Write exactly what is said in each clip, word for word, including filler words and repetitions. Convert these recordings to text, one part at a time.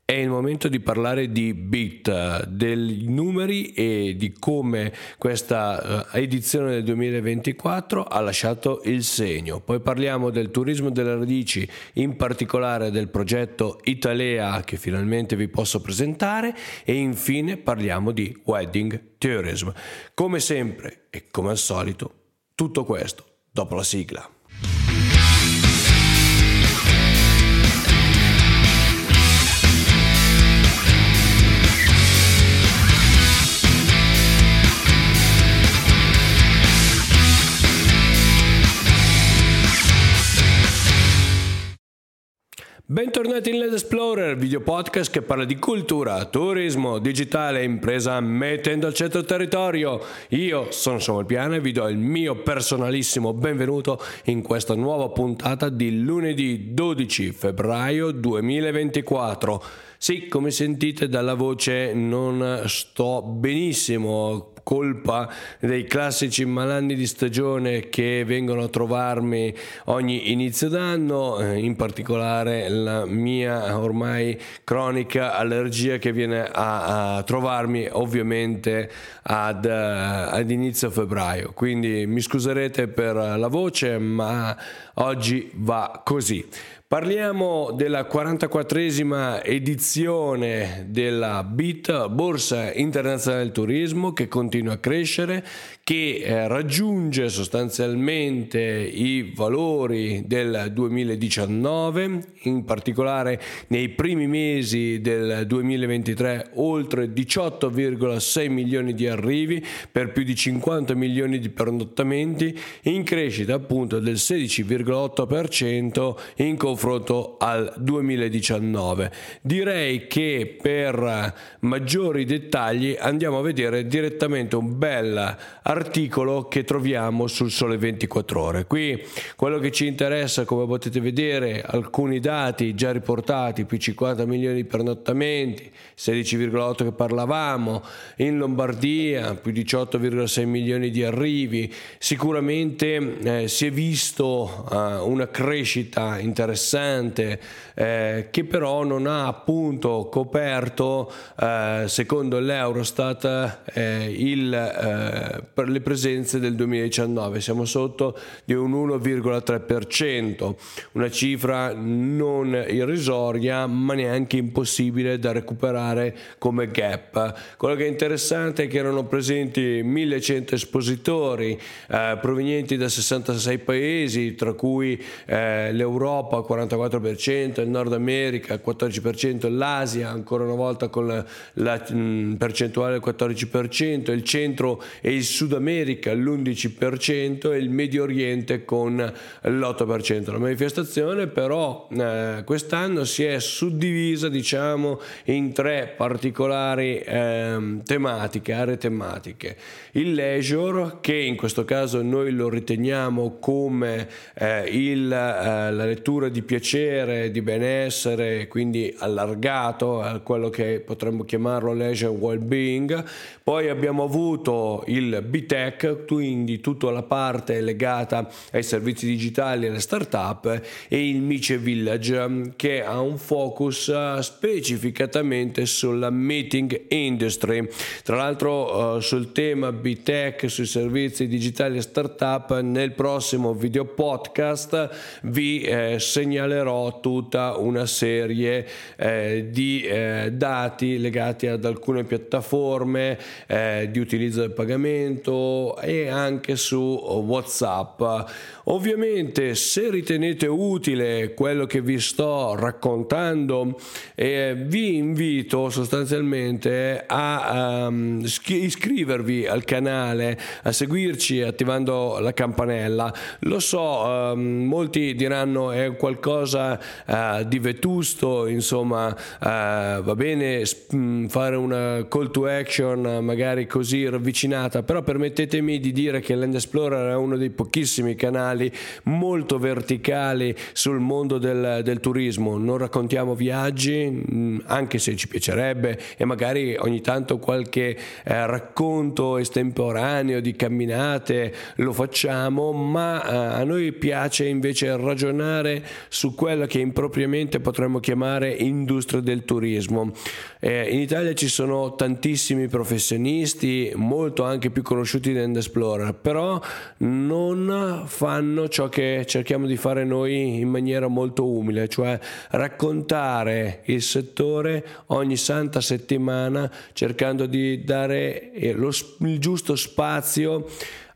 È il momento di parlare di Beat, dei numeri e di come questa edizione del duemilaventiquattro ha lasciato il segno. Poi parliamo del turismo delle radici, in particolare del progetto Italea che finalmente vi posso presentare, e infine parliamo di Wedding Tourism. Come sempre e come al solito, tutto questo dopo la sigla. Bentornati in Land Explorer, video podcast che parla di cultura, turismo, digitale e impresa mettendo al centro il territorio. Io sono Samuel Piana e vi do il mio personalissimo benvenuto in questa nuova puntata di lunedì dodici febbraio duemilaventiquattro. Sì, come sentite dalla voce non sto benissimo, colpa dei classici malanni di stagione che vengono a trovarmi ogni inizio d'anno, in particolare la mia ormai cronica allergia che viene a, a trovarmi ovviamente ad, ad inizio febbraio, quindi mi scuserete per la voce, ma oggi va così. Parliamo della quarantaquattresima edizione della Beat, Borsa Internazionale del Turismo, che continua a crescere, che eh, raggiunge sostanzialmente i valori del duemiladiciannove, in particolare nei primi mesi del duemilaventitré oltre diciotto virgola sei milioni di arrivi per più di cinquanta milioni di pernottamenti, in crescita appunto del sedici virgola otto per cento in confronto al duemiladiciannove. Direi che per maggiori dettagli andiamo a vedere direttamente un bel articolo che troviamo sul Sole ventiquattro Ore. Qui quello che ci interessa, come potete vedere, alcuni dati già riportati: più cinquanta milioni di pernottamenti, sedici virgola otto che parlavamo, in Lombardia più diciotto virgola sei milioni di arrivi. Sicuramente eh, si è visto eh, una crescita interessante eh, che però non ha appunto coperto eh, secondo l'Eurostat eh, il, eh, per le presenze del duemiladiciannove. Siamo sotto di un uno virgola tre per cento, una cifra non irrisoria ma neanche impossibile da recuperare come gap. Quello che è interessante è che erano presenti millecento espositori eh, provenienti da sessantasei paesi, tra cui eh, l'Europa quarantaquattro per cento, il Nord America quattordici per cento, l'Asia ancora una volta con la, la mh, percentuale del quattordici per cento, il Centro e il Sud America l'undici per cento e il Medio Oriente con l'otto per cento. La manifestazione però eh, quest'anno si è suddivisa diciamo in tre particolari eh, tematiche, aree tematiche. Il leisure, che in questo caso noi lo riteniamo come eh, il, eh, la lettura di piacere, di benessere, quindi allargato a quello che potremmo chiamarlo leisure well-being. Poi abbiamo avuto il B-Tech, quindi tutta la parte legata ai servizi digitali e alle start-up, e il Mice Village, che ha un focus specificatamente sulla meeting industry. Tra l'altro uh, sul tema B-Tech, sui servizi digitali e start-up, nel prossimo video podcast vi eh, segnalerò tutta una serie eh, di eh, dati legati ad alcune piattaforme eh, di utilizzo del pagamento e anche su WhatsApp. Ovviamente, se ritenete utile quello che vi sto raccontando, eh, vi invito sostanzialmente a um, iscrivervi al canale, a seguirci attivando la campanella. Lo so, um, molti diranno è qualcosa uh, di vetusto, insomma, uh, va bene sp- fare una call to action magari così ravvicinata, però permettetemi di dire che Land Explorer è uno dei pochissimi canali molto verticali sul mondo del, del turismo. Non raccontiamo viaggi, anche se ci piacerebbe, e magari ogni tanto qualche eh, racconto estemporaneo di camminate lo facciamo, ma eh, a noi piace invece ragionare su quella che impropriamente potremmo chiamare industria del turismo. Eh, in Italia ci sono tantissimi professionisti, molto anche più conosciuti di End Explorer, però non fanno ciò che cerchiamo di fare noi in maniera molto umile, cioè raccontare il settore ogni santa settimana, cercando di dare lo, il giusto spazio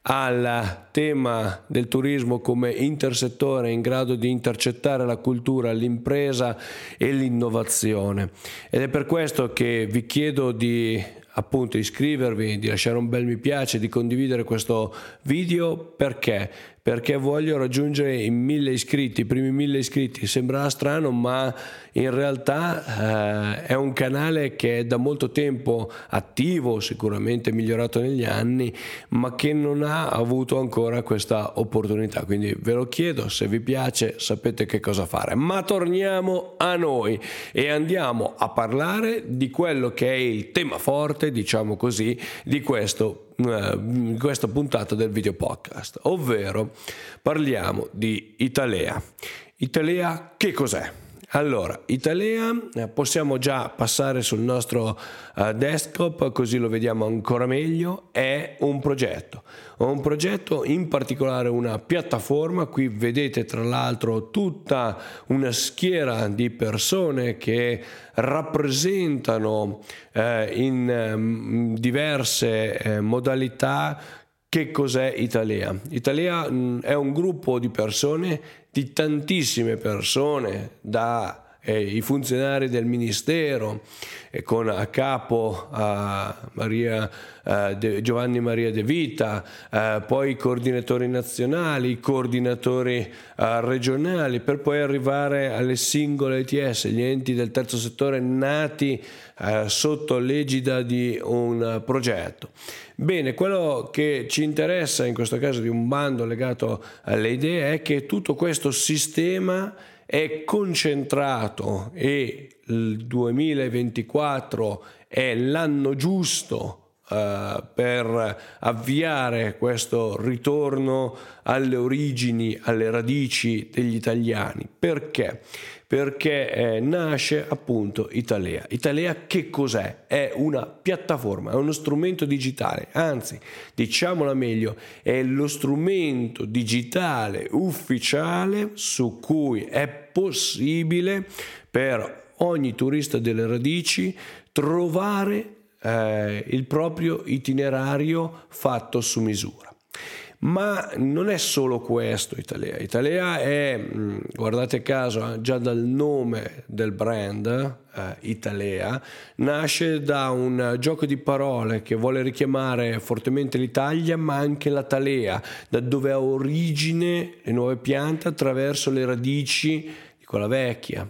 al tema del turismo come intersettore in grado di intercettare la cultura, l'impresa e l'innovazione. Ed è per questo che vi chiedo di appunto iscrivervi, di lasciare un bel mi piace, di condividere questo video. Perché? Perché voglio raggiungere i mille iscritti, i primi mille iscritti. Sembrerà strano, ma in realtà eh, è un canale che è da molto tempo attivo, sicuramente migliorato negli anni, ma che non ha avuto ancora questa opportunità. Quindi ve lo chiedo, se vi piace sapete che cosa fare. Ma torniamo a noi e andiamo a parlare di quello che è il tema forte, diciamo così, di questo in questa puntata del video podcast, ovvero parliamo di Italea. Italea che cos'è? Allora, Italea, possiamo già passare sul nostro uh, desktop così lo vediamo ancora meglio, è un progetto, un progetto in particolare una piattaforma. Qui vedete tra l'altro tutta una schiera di persone che rappresentano eh, in eh, diverse eh, modalità che cos'è Italea. Italea mh, è un gruppo di persone, di tantissime persone, da eh, i funzionari del ministero, eh, con a capo a Maria, eh, De, Giovanni Maria De Vita, eh, poi i coordinatori nazionali, i coordinatori eh, regionali, per poi arrivare alle singole E T S, gli enti del terzo settore nati eh, sotto l'egida di un progetto. Bene, quello che ci interessa in questo caso di un bando legato alle idee è che tutto questo sistema è concentrato e il duemilaventiquattro è l'anno giusto uh, per avviare questo ritorno alle origini, alle radici degli italiani. Perché? Perché eh, nasce appunto Italea. Italea che cos'è? È una piattaforma, è uno strumento digitale, anzi, diciamola meglio, è lo strumento digitale ufficiale su cui è possibile per ogni turista delle radici trovare eh, il proprio itinerario fatto su misura. Ma non è solo questo Italea. Italea è, guardate caso, già dal nome del brand, eh, Italea, nasce da un gioco di parole che vuole richiamare fortemente l'Italia, ma anche la Talea, da dove ha origine le nuove piante attraverso le radici di quella vecchia.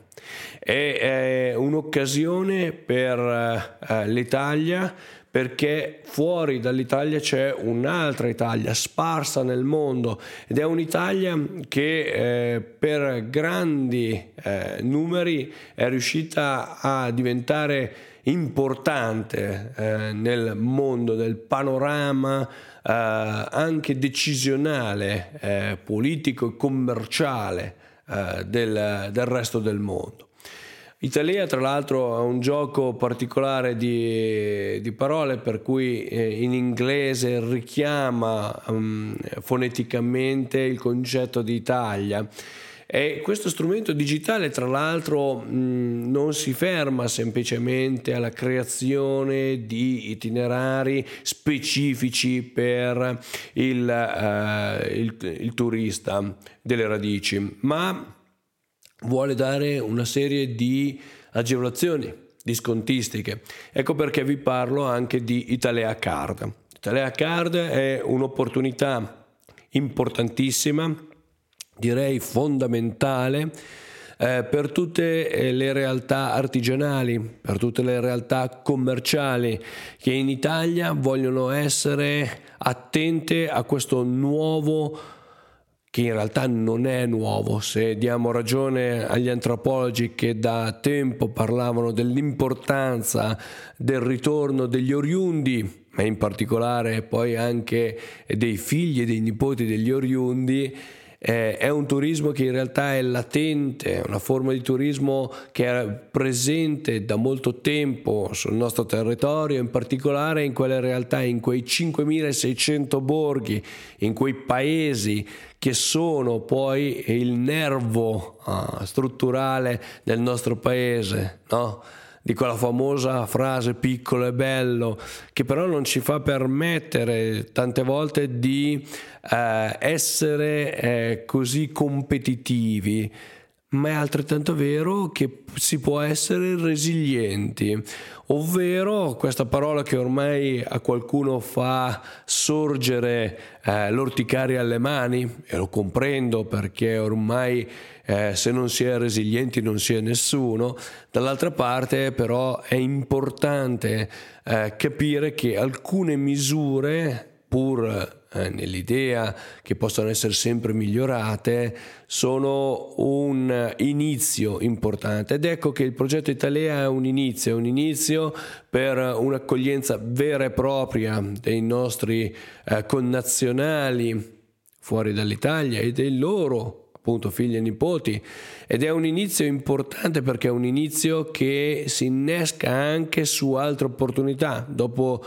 È, è un'occasione per eh, l'Italia, perché fuori dall'Italia c'è un'altra Italia sparsa nel mondo, ed è un'Italia che eh, per grandi eh, numeri è riuscita a diventare importante eh, nel mondo, nel panorama eh, anche decisionale, eh, politico e commerciale eh, del, del resto del mondo. Italia tra l'altro ha un gioco particolare di, di parole, per cui eh, in inglese richiama um, foneticamente il concetto di Italia, e questo strumento digitale tra l'altro mh, non si ferma semplicemente alla creazione di itinerari specifici per il, uh, il, il turista delle radici, ma vuole dare una serie di agevolazioni, di scontistiche. Ecco perché vi parlo anche di Italea Card. Italea Card è un'opportunità importantissima, direi fondamentale, eh, per tutte le realtà artigianali, per tutte le realtà commerciali che in Italia vogliono essere attente a questo nuovo, che in realtà non è nuovo, se diamo ragione agli antropologi che da tempo parlavano dell'importanza del ritorno degli oriundi, ma in particolare poi anche dei figli e dei nipoti degli oriundi. eh, è un turismo che in realtà è latente, è una forma di turismo che è presente da molto tempo sul nostro territorio, in particolare in quelle realtà, in quei cinquemilaseicento borghi, in quei paesi che sono poi il nervo ah, strutturale del nostro paese, no? Di quella famosa frase piccolo e bello, che però non ci fa permettere tante volte di eh, essere eh, così competitivi, ma è altrettanto vero che si può essere resilienti, ovvero questa parola che ormai a qualcuno fa sorgere eh, l'orticaria alle mani, e lo comprendo perché ormai eh, se non si è resilienti non si è nessuno. Dall'altra parte però è importante eh, capire che alcune misure, pur eh, nell'idea che possano essere sempre migliorate, sono un inizio importante, ed ecco che il progetto Italia è un inizio, è un inizio per un'accoglienza vera e propria dei nostri eh, connazionali fuori dall'Italia e dei loro appunto figli e nipoti, ed è un inizio importante perché è un inizio che si innesca anche su altre opportunità. Dopo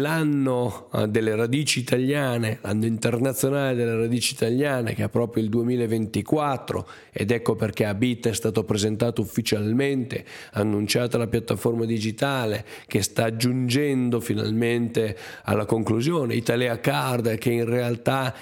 l'anno delle radici italiane, l'anno internazionale delle radici italiane, che è proprio il duemilaventiquattro, ed ecco perché Abit è stato presentato ufficialmente, annunciata la piattaforma digitale che sta giungendo finalmente alla conclusione, Italia Card, che in realtà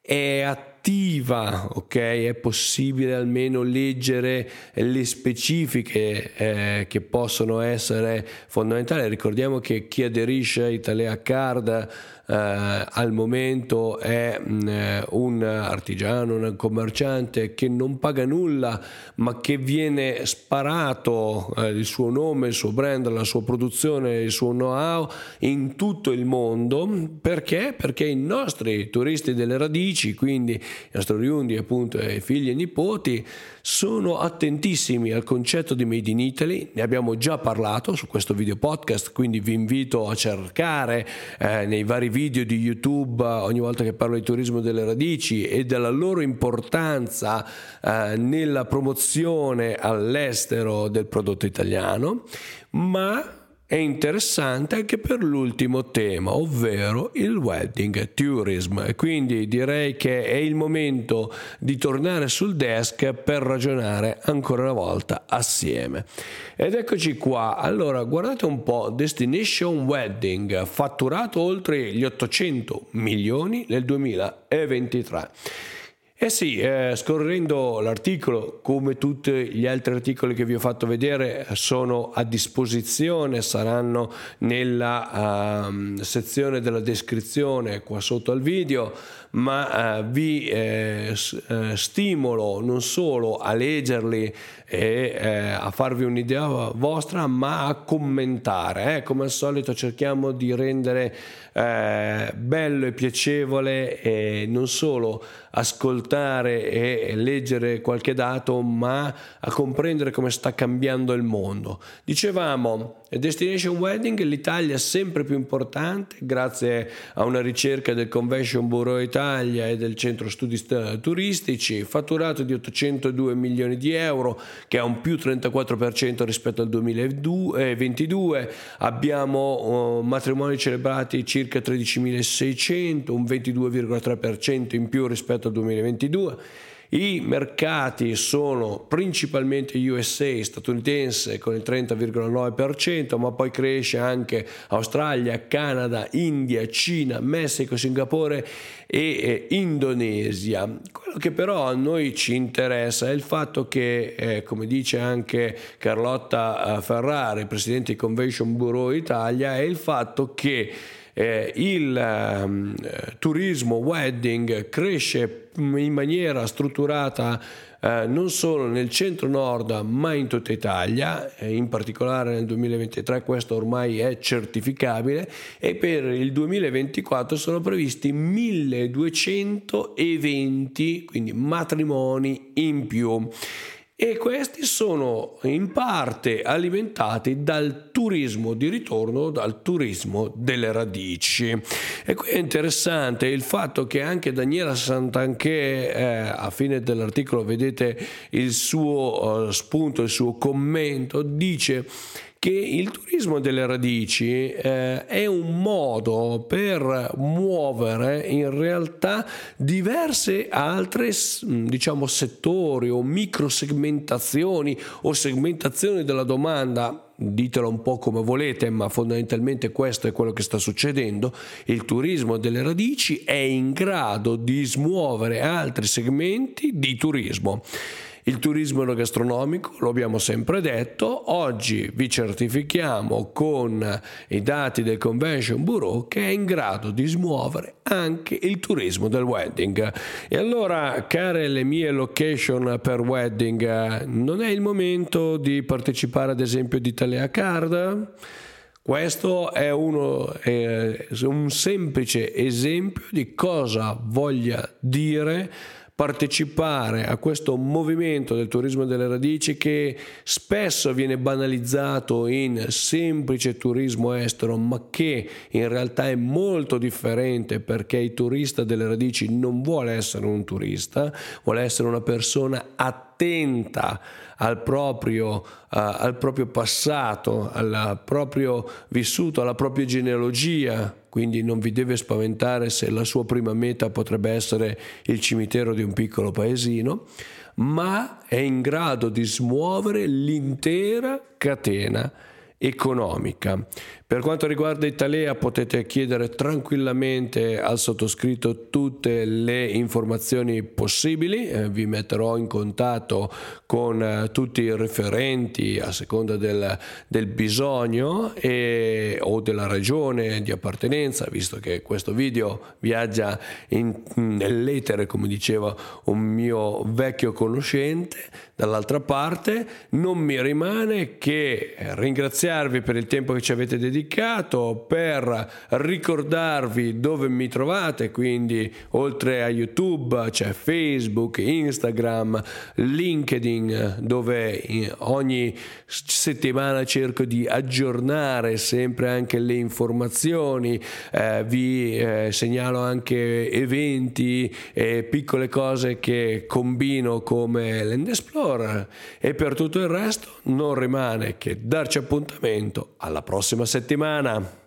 è attiva, ok? È possibile almeno leggere le specifiche eh, che possono essere fondamentali. Ricordiamo che chi aderisce a Italia Card eh, al momento è mh, un artigiano, un commerciante che non paga nulla, ma che viene sparato eh, il suo nome, il suo brand, la sua produzione, il suo know-how in tutto il mondo. Perché? Perché i nostri turisti delle radici, quindi i nostri oriundi, appunto, e figli e nipoti, sono attentissimi al concetto di Made in Italy. Ne abbiamo già parlato su questo video podcast, quindi vi invito a cercare eh, nei vari video di YouTube ogni volta che parlo di turismo delle radici e della loro importanza eh, nella promozione all'estero del prodotto italiano. Ma è interessante anche per l'ultimo tema, ovvero il wedding tourism, e quindi direi che è il momento di tornare sul desk per ragionare ancora una volta assieme. Ed eccoci qua. Allora, guardate un po', Destination Wedding, fatturato oltre gli ottocento milioni nel duemilaventitré. Eh sì, eh, scorrendo l'articolo, come tutti gli altri articoli che vi ho fatto vedere, sono a disposizione, saranno nella uh, sezione della descrizione qua sotto al video, ma uh, vi eh, stimolo non solo a leggerli e eh, a farvi un'idea vostra, ma a commentare. Eh. Come al solito cerchiamo di rendere eh, bello e piacevole e non solo ascoltare e leggere qualche dato, ma a comprendere come sta cambiando il mondo. Dicevamo, Destination Wedding, l'Italia è sempre più importante grazie a una ricerca del Convention Bureau Italia e del Centro Studi Turistici, fatturato di ottocentodue milioni di euro, che è un più trentaquattro per cento rispetto al duemilaventidue. Abbiamo uh, matrimoni celebrati circa tredicimilaseicento, un ventidue virgola tre per cento in più rispetto al duemilaventidue. I mercati sono principalmente U S A, statunitense, con il trenta virgola nove per cento, ma poi cresce anche Australia, Canada, India, Cina, Messico, Singapore e eh, Indonesia. Quello che però a noi ci interessa è il fatto che, eh, come dice anche Carlotta eh, Ferrari, presidente di Convention Bureau Italia, è il fatto che Eh, il eh, turismo wedding cresce in maniera strutturata eh, non solo nel centro-nord ma in tutta Italia, eh, in particolare nel duemilaventitré questo ormai è certificabile, e per il duemilaventiquattro sono previsti milleduecento eventi, quindi matrimoni in più. e questi sono in parte alimentati dal turismo di ritorno, dal turismo delle radici. E qui è interessante il fatto che anche Daniela Santanchè, eh, a fine dell'articolo vedete il suo uh, spunto, il suo commento, dice che il turismo delle radici eh, è un modo per muovere in realtà diverse altre, diciamo, settori o microsegmentazioni o segmentazioni della domanda. Ditelo un po' come volete, ma fondamentalmente questo è quello che sta succedendo. Il turismo delle radici è in grado di smuovere altri segmenti di turismo. Il turismo enogastronomico, lo abbiamo sempre detto, oggi vi certifichiamo con i dati del Convention Bureau che è in grado di smuovere anche il turismo del wedding. E allora, care le mie location per wedding, non è il momento di partecipare ad esempio di Italia Card? Questo è, uno, è un semplice esempio di cosa voglia dire partecipare a questo movimento del turismo delle radici, che spesso viene banalizzato in semplice turismo estero, ma che in realtà è molto differente, perché il turista delle radici non vuole essere un turista, vuole essere una persona attenta al proprio, uh, al proprio passato, al proprio vissuto, alla propria genealogia. Quindi non vi deve spaventare se la sua prima meta potrebbe essere il cimitero di un piccolo paesino, ma è in grado di smuovere l'intera catena economica. Per quanto riguarda Italea, potete chiedere tranquillamente al sottoscritto tutte le informazioni possibili, eh, vi metterò in contatto con eh, tutti i referenti a seconda del, del bisogno e, o della regione di appartenenza, visto che questo video viaggia in, nell'etere, come diceva un mio vecchio conoscente. Dall'altra parte non mi rimane che ringraziarvi per il tempo che ci avete dedicato, per ricordarvi dove mi trovate, quindi oltre a YouTube c'è Facebook, Instagram, LinkedIn, dove ogni settimana cerco di aggiornare sempre anche le informazioni, eh, vi eh, segnalo anche eventi e piccole cose che combino come Land Explorer, e per tutto il resto non rimane che darci appuntamento alla prossima settimana.